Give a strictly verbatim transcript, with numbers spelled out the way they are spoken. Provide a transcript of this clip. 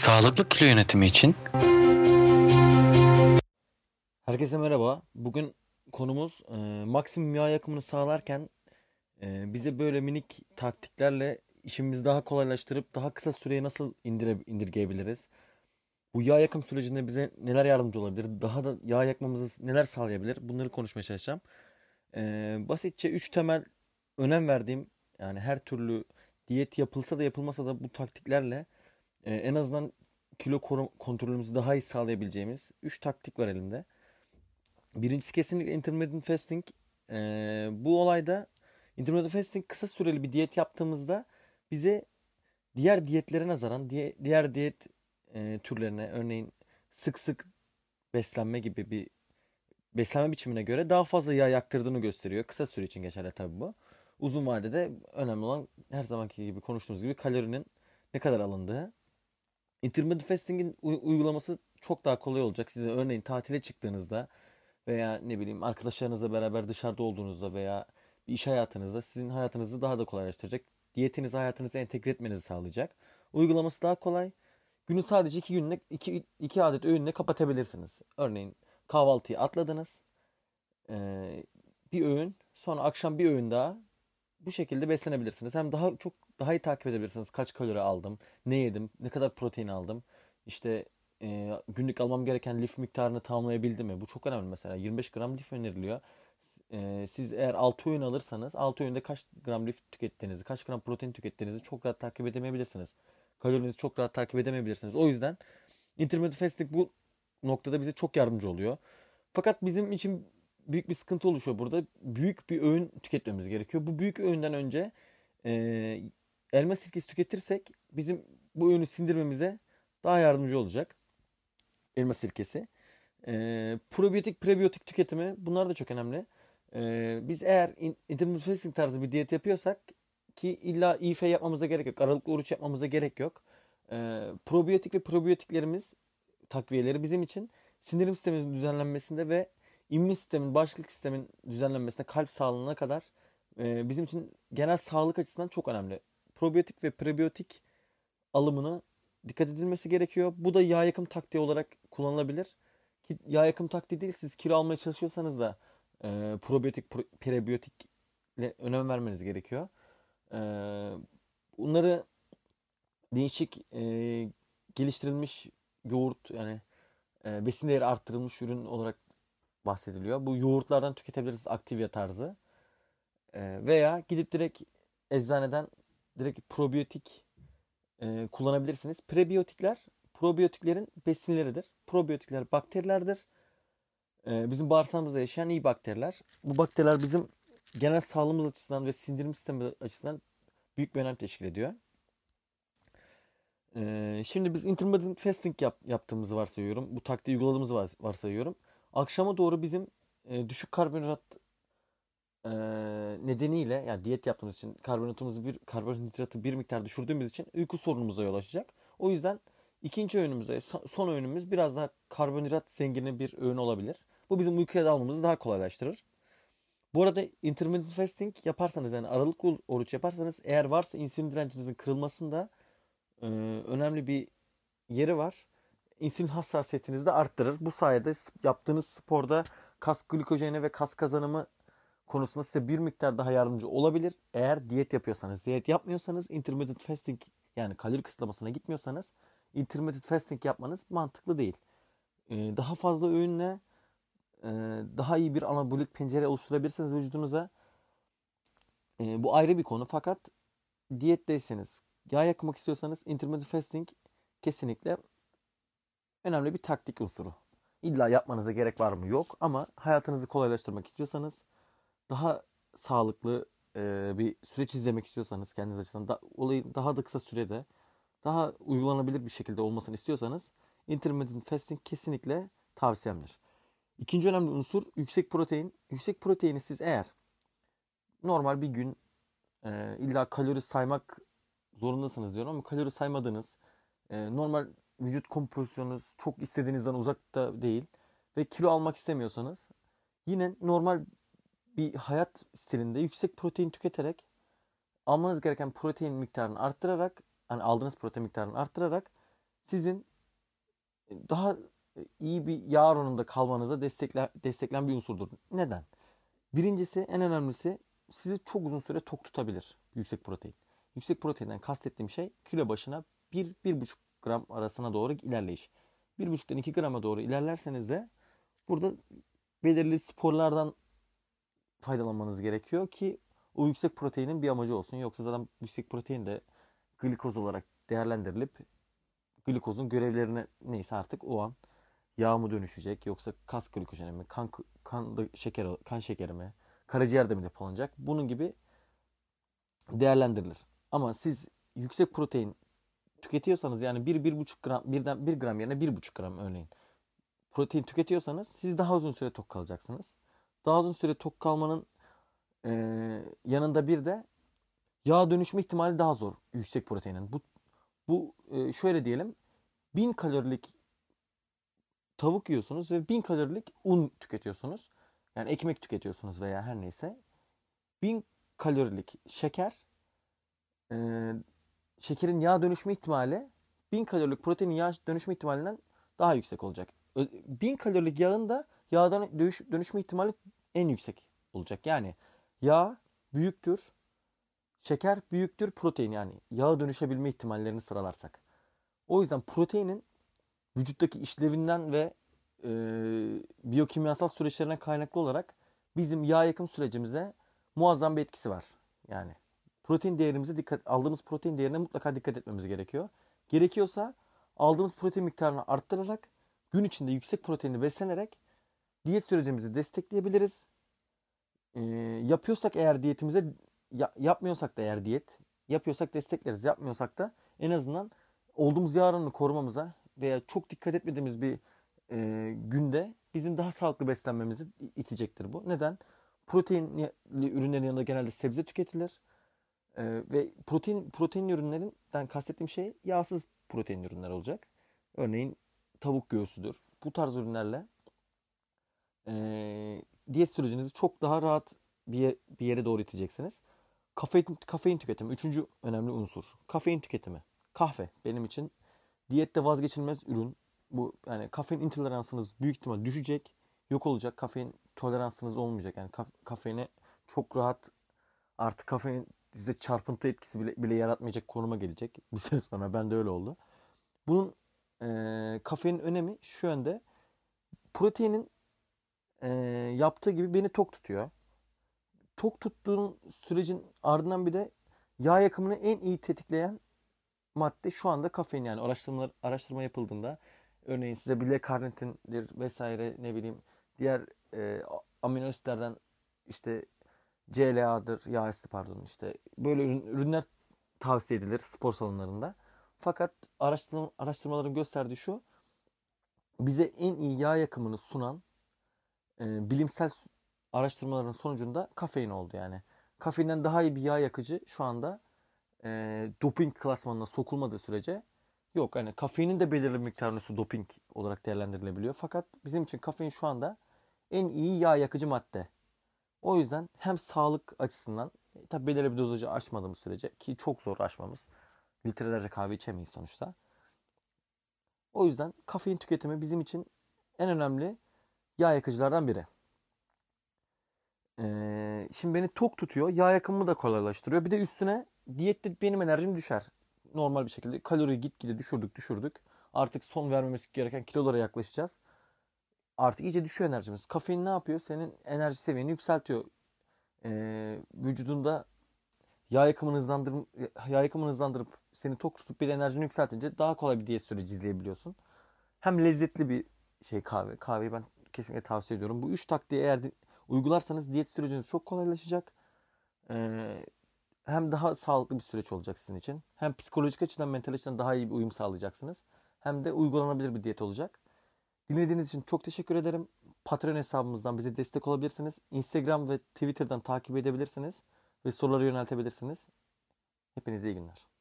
Sağlıklı kilo yönetimi için Herkese merhaba. Bugün konumuz e, maksimum yağ yakımını sağlarken e, bize böyle minik taktiklerle işimizi daha kolaylaştırıp daha kısa süreye nasıl indire, indirgeyebiliriz? Bu yağ yakım sürecinde bize neler yardımcı olabilir? Daha da yağ yakmamızı neler sağlayabilir? Bunları konuşmaya çalışacağım. E, basitçe üç temel önem verdiğim, yani her türlü diyet yapılsa da yapılmasa da bu taktiklerle e, en azından kilo koru- kontrolümüzü daha iyi sağlayabileceğimiz üç taktik var elimde. Birincisi kesinlikle intermittent fasting. Ee, bu olayda intermittent fasting kısa süreli bir diyet yaptığımızda bize diğer diyetlere nazaran diye, diğer diyet e, türlerine, örneğin sık sık beslenme gibi bir beslenme biçimine göre daha fazla yağ yaktırdığını gösteriyor. Kısa süre için geçerli tabii bu. Uzun vadede önemli olan, her zamanki gibi konuştuğumuz gibi, kalorinin ne kadar alındığı. Intermittent fasting'in u- uygulaması çok daha kolay olacak. Size örneğin tatile çıktığınızda veya ne bileyim arkadaşlarınızla beraber dışarıda olduğunuzda veya bir iş hayatınızda sizin hayatınızı daha da kolaylaştıracak. Diyetinizi hayatınıza entegre etmenizi sağlayacak. Uygulaması daha kolay. Günü sadece iki günle iki, iki adet öğünle kapatabilirsiniz. Örneğin kahvaltıyı atladınız. Ee, bir öğün, sonra akşam bir öğün daha, bu şekilde beslenebilirsiniz. Hem daha çok daha iyi takip edebilirsiniz. Kaç kalori aldım, ne yedim, ne kadar protein aldım. İşte e, günlük almam gereken lif miktarını tamamlayabildim mi? Bu çok önemli mesela. yirmi beş gram lif öneriliyor. E, siz eğer altı öğün alırsanız altı öğünde kaç gram lif tükettiğinizi, kaç gram protein tükettiğinizi çok rahat takip edemeyebilirsiniz. Kalorinizi çok rahat takip edemeyebilirsiniz. O yüzden intermittent fasting bu noktada bize çok yardımcı oluyor. Fakat bizim için büyük bir sıkıntı oluşuyor burada. Büyük bir öğün tüketmemiz gerekiyor. Bu büyük öğünden önce e, elma sirkesi tüketirsek bizim bu öğünü sindirmemize daha yardımcı olacak elma sirkesi. E, probiyotik, prebiyotik tüketimi, bunlar da çok önemli. E, biz eğer in- intermittent fasting tarzı bir diyet yapıyorsak, ki illa İ F yapmamıza gerek yok, aralıklı oruç yapmamıza gerek yok. E, probiyotik ve probiyotiklerimiz, takviyeleri bizim için sindirim sistemimizin düzenlenmesinde ve immün sistemin, bağışıklık sistemin düzenlenmesinde, kalp sağlığına kadar e, bizim için genel sağlık açısından çok önemli. Probiyotik ve prebiyotik alımını dikkat edilmesi gerekiyor. Bu da yağ yakım taktiği olarak kullanılabilir. Ki yağ yakım taktiği değil, siz kilo almaya çalışıyorsanız da e, probiyotik, pro- prebiyotikle önem vermeniz gerekiyor. E, bunları değişik e, geliştirilmiş yoğurt, yani e, besin değeri arttırılmış ürün olarak bahsediliyor. Bu yoğurtlardan tüketebiliriz, Activia tarzı. E, veya gidip direkt eczaneden direkt probiyotik e, kullanabilirsiniz. Prebiyotikler, probiyotiklerin besinleridir. Probiyotikler bakterilerdir. E, bizim bağırsağımızda yaşayan iyi bakteriler. Bu bakteriler bizim genel sağlığımız açısından ve sindirim sistemi açısından büyük bir önem teşkil ediyor. Ee, şimdi biz intermittent fasting yap, yaptığımızı varsayıyorum. Bu taktiği uyguladığımızı vars- varsayıyorum. Akşama doğru bizim e, düşük karbonhidrat e, nedeniyle, yani diyet yaptığımız için karbonhidratımızı bir karbonhidratı bir miktar düşürdüğümüz için uyku sorunumuza yol açacak. O yüzden ikinci öğünümüzde, son son öğünümüz biraz daha karbonhidrat zengini bir öğün olabilir. Bu bizim uykuya dalmamızı daha kolaylaştırır. Bu arada intermittent fasting yaparsanız, yani aralıklı oruç yaparsanız, eğer varsa insülin direncinizin kırılmasında e, önemli bir yeri var. İnsülin hassasiyetinizi de arttırır. Bu sayede yaptığınız sporda kas glukojeni ve kas kazanımı konusunda size bir miktar daha yardımcı olabilir. Eğer diyet yapıyorsanız, diyet yapmıyorsanız, intermittent fasting, yani kalori kısıtlamasına gitmiyorsanız, intermittent fasting yapmanız mantıklı değil. Ee, daha fazla öğünle e, daha iyi bir anabolik pencere oluşturabilirsiniz vücudunuza. Ee, bu ayrı bir konu. Fakat diyetteyseniz, yağ yakmak istiyorsanız, intermittent fasting kesinlikle önemli bir taktik unsuru. İlla yapmanıza gerek var mı? Yok. Ama hayatınızı kolaylaştırmak istiyorsanız, daha sağlıklı e, bir süreç izlemek istiyorsanız, kendiniz açısından da, olayın daha da kısa sürede daha uygulanabilir bir şekilde olmasını istiyorsanız, intermittent fasting kesinlikle tavsiyemdir. İkinci önemli unsur yüksek protein. Yüksek proteini siz eğer normal bir gün e, illa kalori saymak zorundasınız diyorum, ama kalori saymadığınız, e, normal vücut kompozisyonunuz çok istediğinizden uzakta değil ve kilo almak istemiyorsanız, yine normal bir hayat stilinde yüksek protein tüketerek, almanız gereken protein miktarını arttırarak, yani aldığınız protein miktarını arttırarak sizin daha iyi bir yağ oranında kalmanıza destekle, destekleyen bir unsurdur. Neden? Birincisi, en önemlisi, sizi çok uzun süre tok tutabilir yüksek protein. Yüksek proteinden kastettiğim şey kilo başına bir bir buçuk gram arasına doğru ilerleyiş. bir buçuktan iki grama doğru ilerlerseniz de burada belirli sporlardan faydalanmanız gerekiyor ki o yüksek proteinin bir amacı olsun. Yoksa zaten yüksek protein de glikoz olarak değerlendirilip glikozun görevlerine neyse artık o an yağ mı dönüşecek yoksa kas glikojeni mi, kan kan şeker kan şekeri mi, karaciğerde mi depolanacak? Bunun gibi değerlendirilir. Ama siz yüksek protein tüketiyorsanız, yani bir bir buçuk gram, birden bir gram yerine bir buçuk gram örneğin protein tüketiyorsanız siz daha uzun süre tok kalacaksınız. Daha uzun süre tok kalmanın e, yanında bir de yağ dönüşme ihtimali daha zor yüksek proteinin. Bu bu e, şöyle diyelim, bin kalorilik tavuk yiyorsunuz ve bin kalorilik un tüketiyorsunuz. Yani ekmek tüketiyorsunuz veya her neyse. bin kalorilik şeker, e, şekerin yağ dönüşme ihtimali bin kalorilik proteinin yağ dönüşme ihtimalinden daha yüksek olacak. bin kalorilik yağın da yağdan dönüşme ihtimali en yüksek olacak. Yani yağ büyüktür, şeker büyüktür protein, yani yağa dönüşebilme ihtimallerini sıralarsak. O yüzden proteinin vücuttaki işlevinden ve e, biyokimyasal süreçlerine kaynaklı olarak bizim yağ yakım sürecimize muazzam bir etkisi var. Yani protein değerimize dikkat, aldığımız protein değerine mutlaka dikkat etmemiz gerekiyor. Gerekiyorsa aldığımız protein miktarını arttırarak gün içinde yüksek proteinli beslenerek diyet sürecimizi destekleyebiliriz. E, yapıyorsak eğer diyetimize, ya, yapmıyorsak da eğer diyet, yapıyorsak destekleriz, yapmıyorsak da en azından olduğumuz yağ oranını korumamıza veya çok dikkat etmediğimiz bir e, günde bizim daha sağlıklı beslenmemizi itecektir bu. Neden? Proteinli ürünlerin yanında genelde sebze tüketilir. E, ve protein protein ürünlerinden kastettiğim şey yağsız protein ürünler olacak. Örneğin tavuk göğsüdür. Bu tarz ürünlerle e, diyet sürecinizi çok daha rahat bir, yer, bir yere doğru iteceksiniz. Kafein, kafein tüketimi. Üçüncü önemli unsur. Kafein tüketimi. Kahve benim için diyette vazgeçilmez ürün. Bu, yani kafein intoleransınız büyük ihtimal düşecek. Yok olacak. Kafein toleransınız olmayacak. Yani kaf, kafeine çok rahat, artık kafein size çarpıntı etkisi bile, bile yaratmayacak konuma gelecek. Bir süre sonra ben de öyle oldu. Bunun e, kafeinin önemi şu yönde. Proteinin e, yaptığı gibi beni tok tutuyor. Tok tuttuğun sürecin ardından bir de yağ yakımını en iyi tetikleyen madde şu anda kafein. Yani araştırmalar araştırma yapıldığında örneğin size bile karnitindir vesaire, ne bileyim diğer e, amino asitlerden işte C L A'dır, yağ asidi pardon, işte böyle ürün, ürünler tavsiye edilir spor salonlarında. Fakat araştırma, araştırmaların gösterdiği şu, bize en iyi yağ yakımını sunan e, bilimsel araştırmaların sonucunda kafein oldu yani. Kafeinden daha iyi bir yağ yakıcı şu anda e, doping klasmanına sokulmadığı sürece yok. Yani kafeinin de belirli miktarını su doping olarak değerlendirilebiliyor. Fakat bizim için kafein şu anda en iyi yağ yakıcı madde. O yüzden hem sağlık açısından, e, tabi belirli bir dozajı aşmadığımız sürece, ki çok zor aşmamız. Litrelerce kahve içemeyiz sonuçta. O yüzden kafein tüketimi bizim için en önemli yağ yakıcılardan biri. Ee, şimdi beni tok tutuyor. Yağ yakımımı da kolaylaştırıyor. Bir de üstüne diyette benim enerjim düşer. Normal bir şekilde kaloriyi gitgide düşürdük düşürdük. Artık son vermemesi gereken kilolara yaklaşacağız. Artık iyice düşüyor enerjimiz. Kafein ne yapıyor? Senin enerji seviyeni yükseltiyor. Ee, vücudunda yağ yakımını hızlandırıp, yağ yakımını hızlandırıp seni tok tutup bir de enerjini yükseltince daha kolay bir diyet süreci izleyebiliyorsun. Hem lezzetli bir şey kahve. Kahveyi ben kesinlikle tavsiye ediyorum. Bu üç taktiği eğer uygularsanız diyet süreciniz çok kolaylaşacak. Ee, hem daha sağlıklı bir süreç olacak sizin için. Hem psikolojik açıdan, mental açıdan daha iyi bir uyum sağlayacaksınız. Hem de uygulanabilir bir diyet olacak. Dinlediğiniz için çok teşekkür ederim. Patreon hesabımızdan bize destek olabilirsiniz. Instagram ve Twitter'dan takip edebilirsiniz. Ve soruları yöneltebilirsiniz. Hepinize iyi günler.